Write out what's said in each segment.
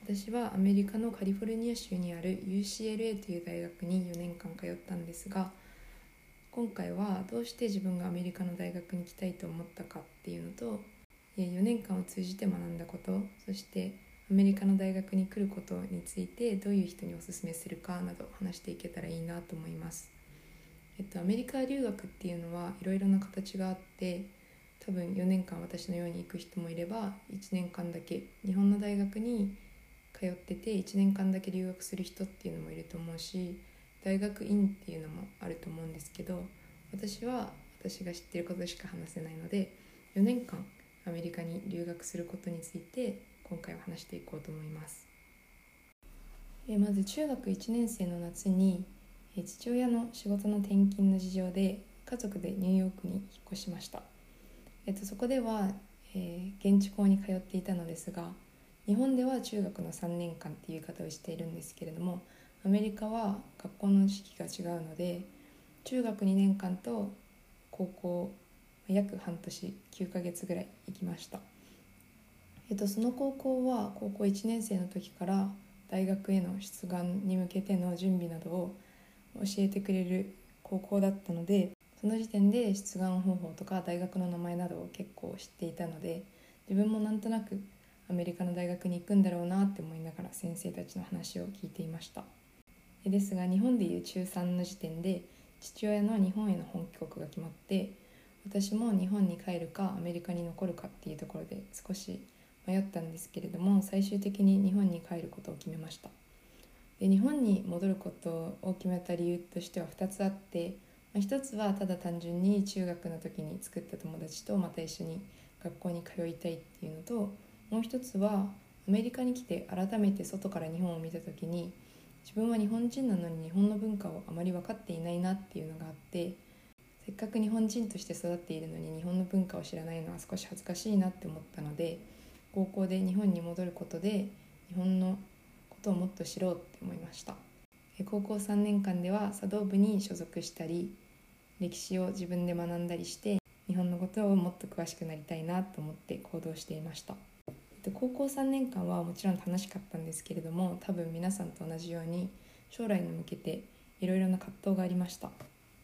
私はアメリカのカリフォルニア州にある UCLA という大学に4年間通ったんですが、今回はどうして自分がアメリカの大学に行きたいと思ったかっていうのと、4年間を通じて学んだこと、そしてアメリカの大学に来ることについてどういう人にお勧めするかなど話していけたらいいなと思います。アメリカ留学っていうのはいろいろな形があって、多分4年間私のように行く人もいれば、1年間だけ日本の大学に通ってて1年間だけ留学する人っていうのもいると思うし、大学院っていうのもあると思うんですけど、私は私が知っていることしか話せないので、4年間アメリカに留学することについて今回は話していこうと思います。まず中学1年生の夏に父親の仕事の転勤の事情で家族でニューヨークに引っ越しました。そこでは、現地校に通っていたのですが、日本では中学の3年間っていう言い方をしているんですけれども、アメリカは学校の時期が違うので、中学2年間と高校約半年9ヶ月ぐらい行きました。その高校は高校1年生の時から大学への出願に向けての準備などを教えてくれる高校だったので、その時点で出願方法とか大学の名前などを結構知っていたので、自分もなんとなくアメリカの大学に行くんだろうなって思いながら先生たちの話を聞いていました。ですが日本でいう中3の時点で父親の日本への本帰国が決まって、私も日本に帰るかアメリカに残るかっていうところで少し迷ったんですけれども、最終的に日本に帰ることを決めました。で、日本に戻ることを決めた理由としては2つあって、一つはただ単純に中学の時に作った友達とまた一緒に学校に通いたいっていうのと、もう一つはアメリカに来て改めて外から日本を見た時に、自分は日本人なのに日本の文化をあまり分かっていないなっていうのがあって、せっかく日本人として育っているのに日本の文化を知らないのは少し恥ずかしいなって思ったので、高校で日本に戻ることで日本のことをもっと知ろうって思いました。高校3年間では茶道部に所属したり、歴史を自分で学んだりして日本のことをもっと詳しくなりたいなと思って行動していました。高校3年間はもちろん楽しかったんですけれども、多分皆さんと同じように将来に向けていろいろな葛藤がありました。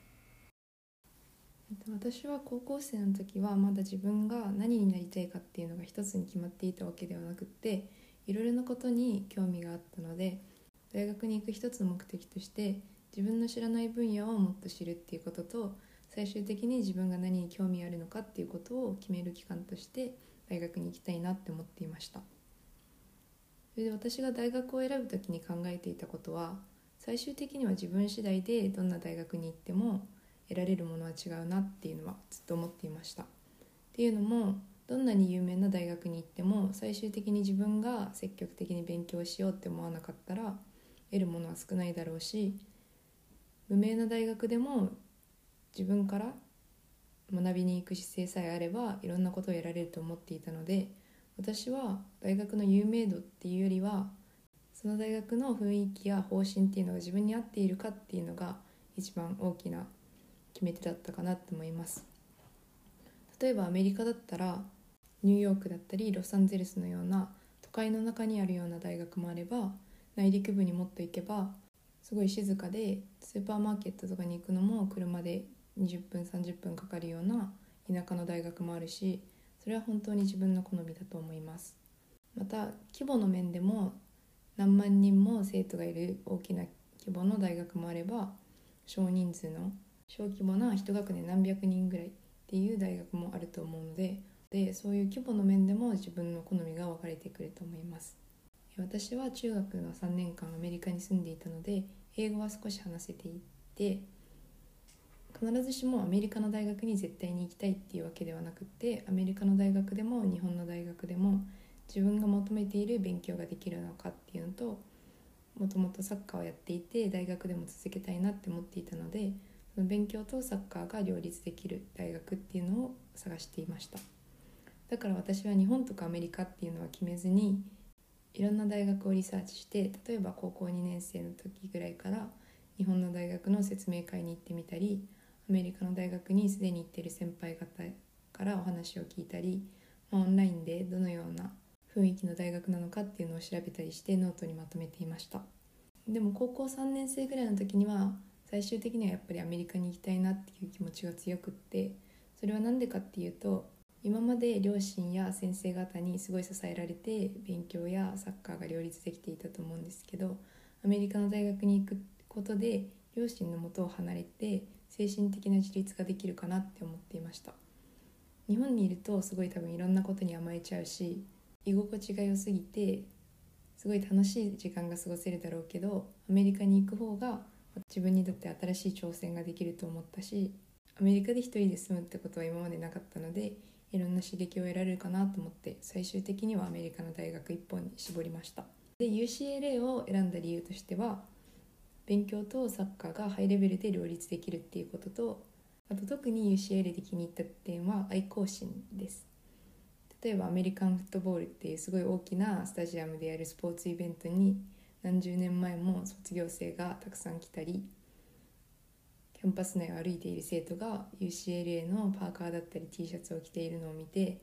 私は高校生の時はまだ自分が何になりたいかっていうのが一つに決まっていたわけではなくて、いろいろなことに興味があったので、大学に行く一つの目的として自分の知らない分野をもっと知るっていうことと、最終的に自分が何に興味あるのかっていうことを決める期間として大学に行きたいなって思っていました。それで私が大学を選ぶときに考えていたことは、最終的には自分次第でどんな大学に行っても得られるものは違うなっていうのはずっと思っていました。っていうのも、どんなに有名な大学に行っても最終的に自分が積極的に勉強しようって思わなかったら得るものは少ないだろうし、無名な大学でも自分から学びに行く姿勢さえあればいろんなことを得られると思っていたので、私は大学の有名度っていうよりは、その大学の雰囲気や方針っていうのが自分に合っているかっていうのが一番大きな決め手だったかなと思います。例えばアメリカだったらニューヨークだったりロサンゼルスのような都会の中にあるような大学もあれば、内陸部にもっと行けばすごい静かでスーパーマーケットとかに行くのも車で20分30分かかるような田舎の大学もあるし、それは本当に自分の好みだと思います。また規模の面でも何万人も生徒がいる大きな規模の大学もあれば、少人数の小規模な一学年何百人ぐらいっていう大学もあると思うので、そういう規模の面でも自分の好みが分かれてくると思います。私は中学の3年間アメリカに住んでいたので、英語は少し話せていて、必ずしもアメリカの大学に絶対に行きたいっていうわけではなくて、アメリカの大学でも日本の大学でも自分が求めている勉強ができるのかっていうのと、もともとサッカーをやっていて大学でも続けたいなって思っていたので、その勉強とサッカーが両立できる大学っていうのを探していました。だから私は日本とかアメリカっていうのは決めずに、いろんな大学をリサーチして、例えば高校2年生の時ぐらいから日本の大学の説明会に行ってみたり、アメリカの大学にすでに行っている先輩方からお話を聞いたり、オンラインでどのような雰囲気の大学なのかっていうのを調べたりしてノートにまとめていました。でも高校3年生ぐらいの時には最終的にはやっぱりアメリカに行きたいなっていう気持ちが強くって、それは何でかっていうと、今まで両親や先生方にすごい支えられて勉強やサッカーが両立できていたと思うんですけど、アメリカの大学に行くことで両親の元を離れて精神的な自立ができるかなって思っていました。日本にいるとすごい多分いろんなことに甘えちゃうし、居心地が良すぎてすごい楽しい時間が過ごせるだろうけど、アメリカに行く方が自分にとって新しい挑戦ができると思ったし、アメリカで一人で住むってことは今までなかったので、いろんな刺激を得られるかなと思って最終的にはアメリカの大学一本に絞りました。で UCLA を選んだ理由としては、勉強とサッカーがハイレベルで両立できるっていうことと、あと特に UCLA で気に入った点は愛好心です。例えばアメリカンフットボールっていうすごい大きなスタジアムでやるスポーツイベントに何十年前も卒業生がたくさん来たり、キャンパス内を歩いている生徒が UCLA のパーカーだったり T シャツを着ているのを見て、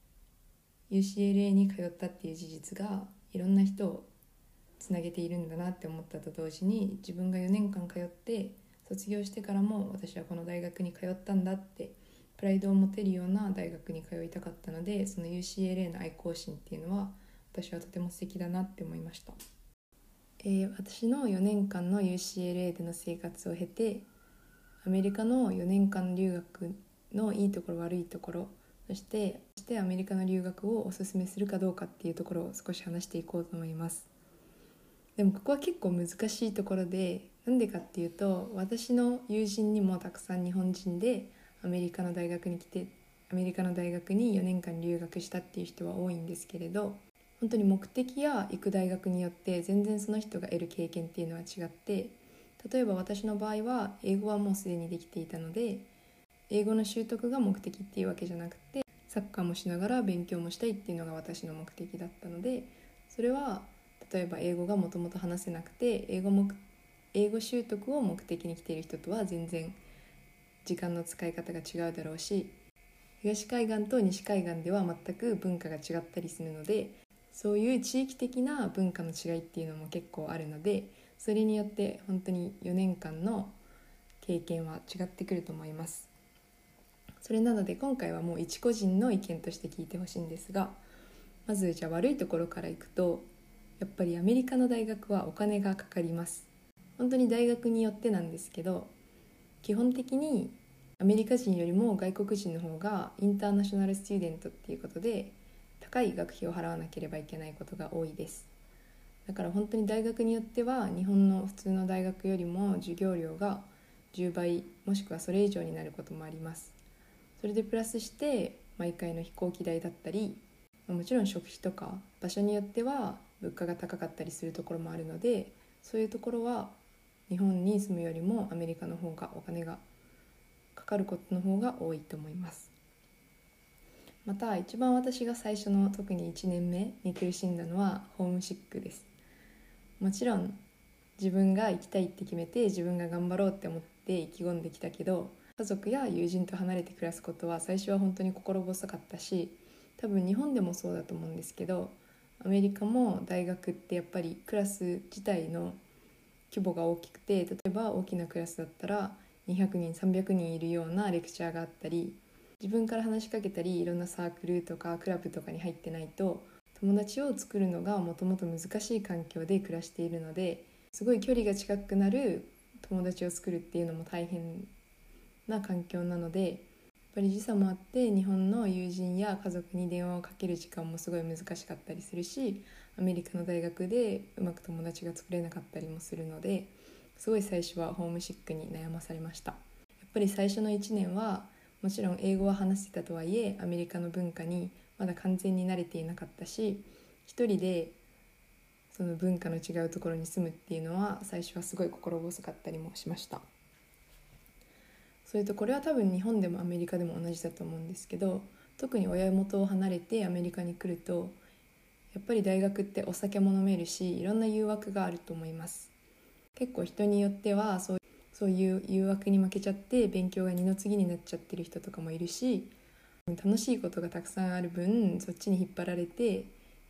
UCLA に通ったっていう事実がいろんな人をつなげているんだなって思ったと同時に、自分が4年間通って卒業してからも私はこの大学に通ったんだってプライドを持てるような大学に通いたかったので、その UCLA の愛好心っていうのは私はとても素敵だなって思いました。私の4年間の UCLA での生活を経て、アメリカの4年間留学のいいところ悪いところ、そしてアメリカの留学をおすすめするかどうかっていうところを少し話していこうと思います。でもここは結構難しいところで、なんでかっていうと、私の友人にもたくさん日本人でアメリカの大学に来て、アメリカの大学に4年間留学したっていう人は多いんですけれど、本当に目的や行く大学によって全然その人が得る経験っていうのは違って、例えば私の場合は英語はもうすでにできていたので、英語の習得が目的っていうわけじゃなくて、サッカーもしながら勉強もしたいっていうのが私の目的だったので、それは例えば英語がもともと話せなくて英語習得を目的に来ている人とは全然時間の使い方が違うだろうし、東海岸と西海岸では全く文化が違ったりするので、そういう地域的な文化の違いっていうのも結構あるので、それによって本当に4年間の経験は違ってくると思います。それなので今回はもう一個人の意見として聞いてほしいんですが、まずじゃあ悪いところからいくと、やっぱりアメリカの大学はお金がかかります。本当に大学によってなんですけど、基本的にアメリカ人よりも外国人の方がインターナショナルスチューデントっていうことで高い学費を払わなければいけないことが多いです。だから本当に大学によっては日本の普通の大学よりも授業料が10倍もしくはそれ以上になることもあります。それでプラスして毎回の飛行機代だったり、もちろん食費とか場所によっては物価が高かったりするところもあるので、そういうところは日本に住むよりもアメリカの方がお金がかかることの方が多いと思います。また一番私が最初の特に1年目に苦しんだのはホームシックです。もちろん自分が行きたいって決めて自分が頑張ろうって思って意気込んできたけど、家族や友人と離れて暮らすことは最初は本当に心細かったし、多分日本でもそうだと思うんですけど、アメリカも大学ってやっぱりクラス自体の規模が大きくて、例えば大きなクラスだったら200人300人いるようなレクチャーがあったり、自分から話しかけたりいろんなサークルとかクラブとかに入ってないと友達を作るのがもともと難しい環境で暮らしているので、すごい距離が近くなる友達を作るっていうのも大変な環境なので、やっぱり時差もあって日本の友人や家族に電話をかける時間もすごい難しかったりするし、アメリカの大学でうまく友達が作れなかったりもするので、すごい最初はホームシックに悩まされました。やっぱり最初の1年はもちろん英語は話してたとはいえ、アメリカの文化にまだ完全に慣れていなかったし、一人でその文化の違うところに住むっていうのは最初はすごい心細かったりもしました。それとこれは多分日本でもアメリカでも同じだと思うんですけど、特に親元を離れてアメリカに来るとやっぱり大学ってお酒も飲めるし、いろんな誘惑があると思います。結構人によってはそういう誘惑に負けちゃって勉強が二の次になっちゃってる人とかもいるし、楽しいことがたくさんある分そっちに引っ張られて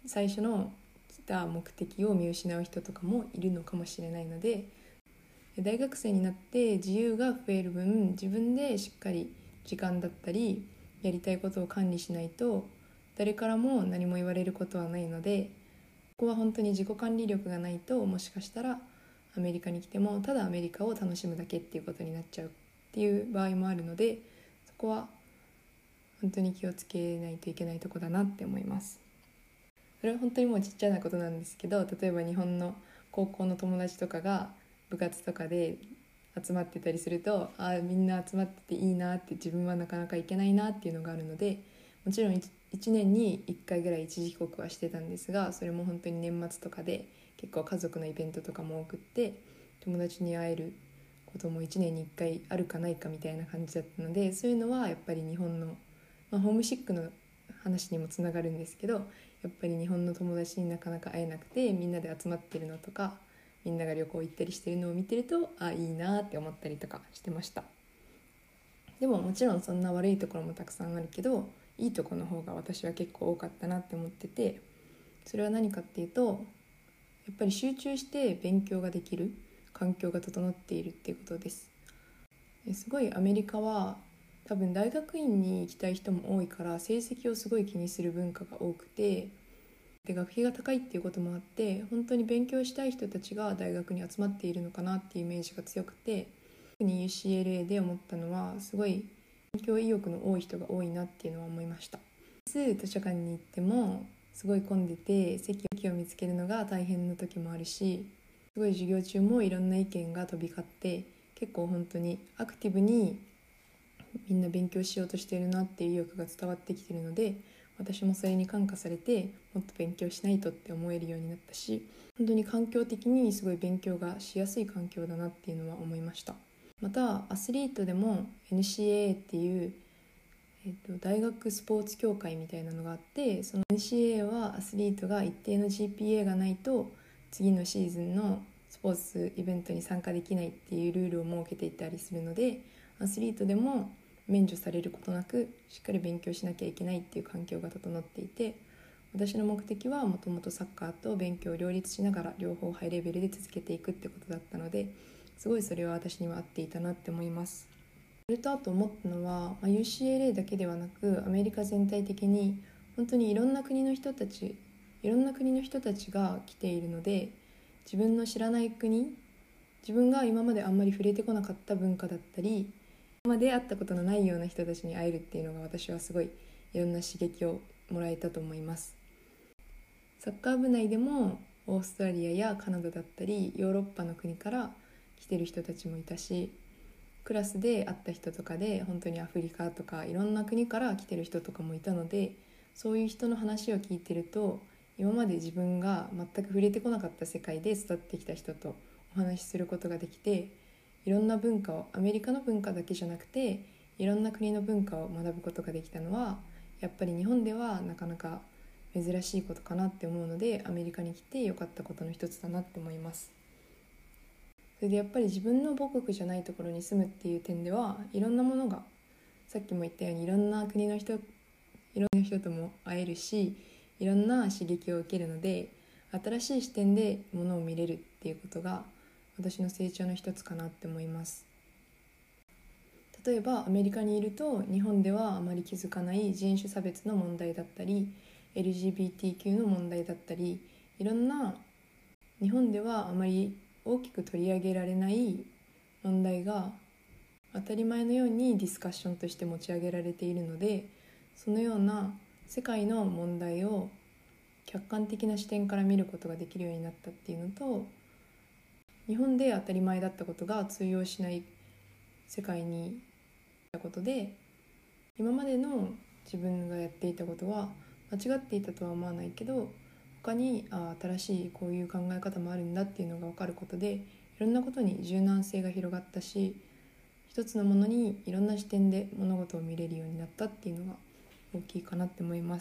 最初の来た目的を見失う人とかもいるのかもしれないので、大学生になって自由が増える分、自分でしっかり時間だったりやりたいことを管理しないと誰からも何も言われることはないので、ここは本当に自己管理力がないと、もしかしたらアメリカに来てもただアメリカを楽しむだけっていうことになっちゃうっていう場合もあるので、そこは本当に気をつけないといけないとこだなって思います。それは本当にもうちっちゃなことなんですけど、例えば日本の高校の友達とかが部活とかで集まってたりすると、みんな集まってていいなって、自分はなかなか行けないなっていうのがあるので、もちろん 1年に1回ぐらい一時帰国はしてたんですが、それも本当に年末とかで結構家族のイベントとかも多くって、友達に会えることも1年に1回あるかないかみたいな感じだったので、そういうのはやっぱり日本の、ホームシックの話にもつながるんですけど、やっぱり日本の友達になかなか会えなくて、みんなで集まってるのとかみんなが旅行行ったりしてるのを見てると、いいなって思ったりとかしてました。でももちろんそんな悪いところもたくさんあるけど、いいところの方が私は結構多かったなって思ってて、それは何かっていうと、やっぱり集中して勉強ができる環境が整っているっていうことです。すごいアメリカは多分大学院に行きたい人も多いから、成績をすごい気にする文化が多くて、で学費が高いっていうこともあって、本当に勉強したい人たちが大学に集まっているのかなっていうイメージが強くて、特に UCLA で思ったのは、すごい勉強意欲の多い人が多いなっていうのは思いました。図書館に行ってもすごい混んでて、席を見つけるのが大変な時もあるし、すごい授業中もいろんな意見が飛び交って、結構本当にアクティブにみんな勉強しようとしているなっていう意欲が伝わってきているので、私もそれに感化されて、もっと勉強しないとって思えるようになったし、本当に環境的にすごい勉強がしやすい環境だなっていうのは思いました。またアスリートでも NCAA っていう、大学スポーツ協会みたいなのがあって、その NCAA はアスリートが一定の GPA がないと次のシーズンのスポーツイベントに参加できないっていうルールを設けていたりするので、アスリートでも免除されることなくしっかり勉強しなきゃいけないっていう環境が整っていて、私の目的はもともとサッカーと勉強を両立しながら両方ハイレベルで続けていくってことだったので、すごいそれは私には合っていたなって思います。それとあと思ったのは、UCLA だけではなくアメリカ全体的に本当にいろんな国の人たちが来ているので、自分の知らない国、自分が今まであんまり触れてこなかった文化だったり、今まで会ったことのないような人たちに会えるっていうのが、私はすごいいろんな刺激をもらえたと思います。サッカー部内でもオーストラリアやカナダだったりヨーロッパの国から来てる人たちもいたし、クラスで会った人とかで本当にアフリカとかいろんな国から来てる人とかもいたので、そういう人の話を聞いてると、今まで自分が全く触れてこなかった世界で育ってきた人とお話しすることができて、いろんな文化を、アメリカの文化だけじゃなくていろんな国の文化を学ぶことができたのは、やっぱり日本ではなかなか珍しいことかなって思うので、アメリカに来てよかったことの一つだなって思います。それでやっぱり自分の母国じゃないところに住むっていう点では、いろんなものが、さっきも言ったようにいろんな国の人とも会えるし、いろんな刺激を受けるので、新しい視点でものを見れるっていうことが私の成長の一つかなって思います。例えばアメリカにいると、日本ではあまり気づかない人種差別の問題だったり LGBTQ の問題だったり、いろんな日本ではあまり大きく取り上げられない問題が当たり前のようにディスカッションとして持ち上げられているので、そのような世界の問題を客観的な視点から見ることができるようになったっていうのと、日本で当たり前だったことが通用しない世界にいたことで、今までの自分がやっていたことは間違っていたとは思わないけど、他に新しいこういう考え方もあるんだっていうのが分かることで、いろんなことに柔軟性が広がったし、一つのものにいろんな視点で物事を見れるようになったっていうのが大きいかなって思います。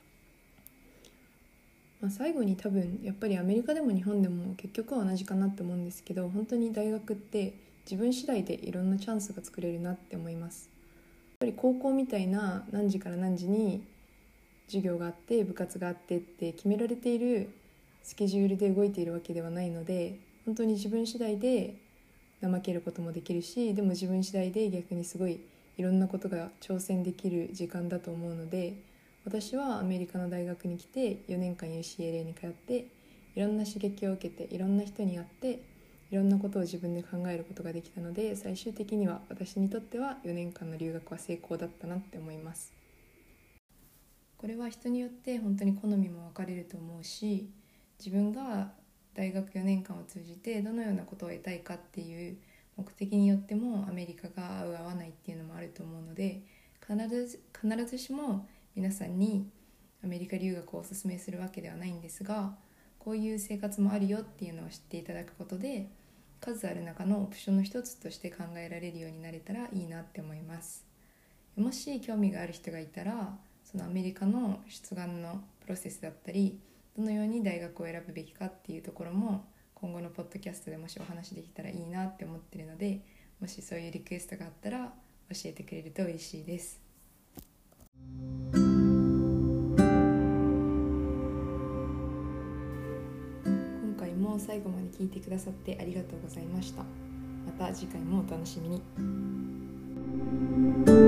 最後に多分やっぱりアメリカでも日本でも結局は同じかなって思うんですけど、本当に大学って自分次第でいろんなチャンスが作れるなって思います。やっぱり高校みたいな何時から何時に授業があって部活があってって決められているスケジュールで動いているわけではないので、本当に自分次第で怠けることもできるし、でも自分次第で逆にすごいいろんなことが挑戦できる時間だと思うので、私はアメリカの大学に来て4年間 UCLA に通っていろんな刺激を受けていろんな人に会っていろんなことを自分で考えることができたので、最終的には私にとっては4年間の留学は成功だったなって思います。これは人によって本当に好みも分かれると思うし、自分が大学4年間を通じてどのようなことを得たいかっていう目的によってもアメリカが合う合わないっていうのもあると思うので、必ずしも皆さんにアメリカ留学をおすすめするわけではないんですが、こういう生活もあるよっていうのを知っていただくことで、数ある中のオプションの一つとして考えられるようになれたらいいなって思います。もし興味がある人がいたら、そのアメリカの出願のプロセスだったり、どのように大学を選ぶべきかっていうところも今後のポッドキャストでもしお話できたらいいなって思ってるので、もしそういうリクエストがあったら教えてくれると嬉しいです。今回も最後まで聞いてくださってありがとうございました。また次回もお楽しみに。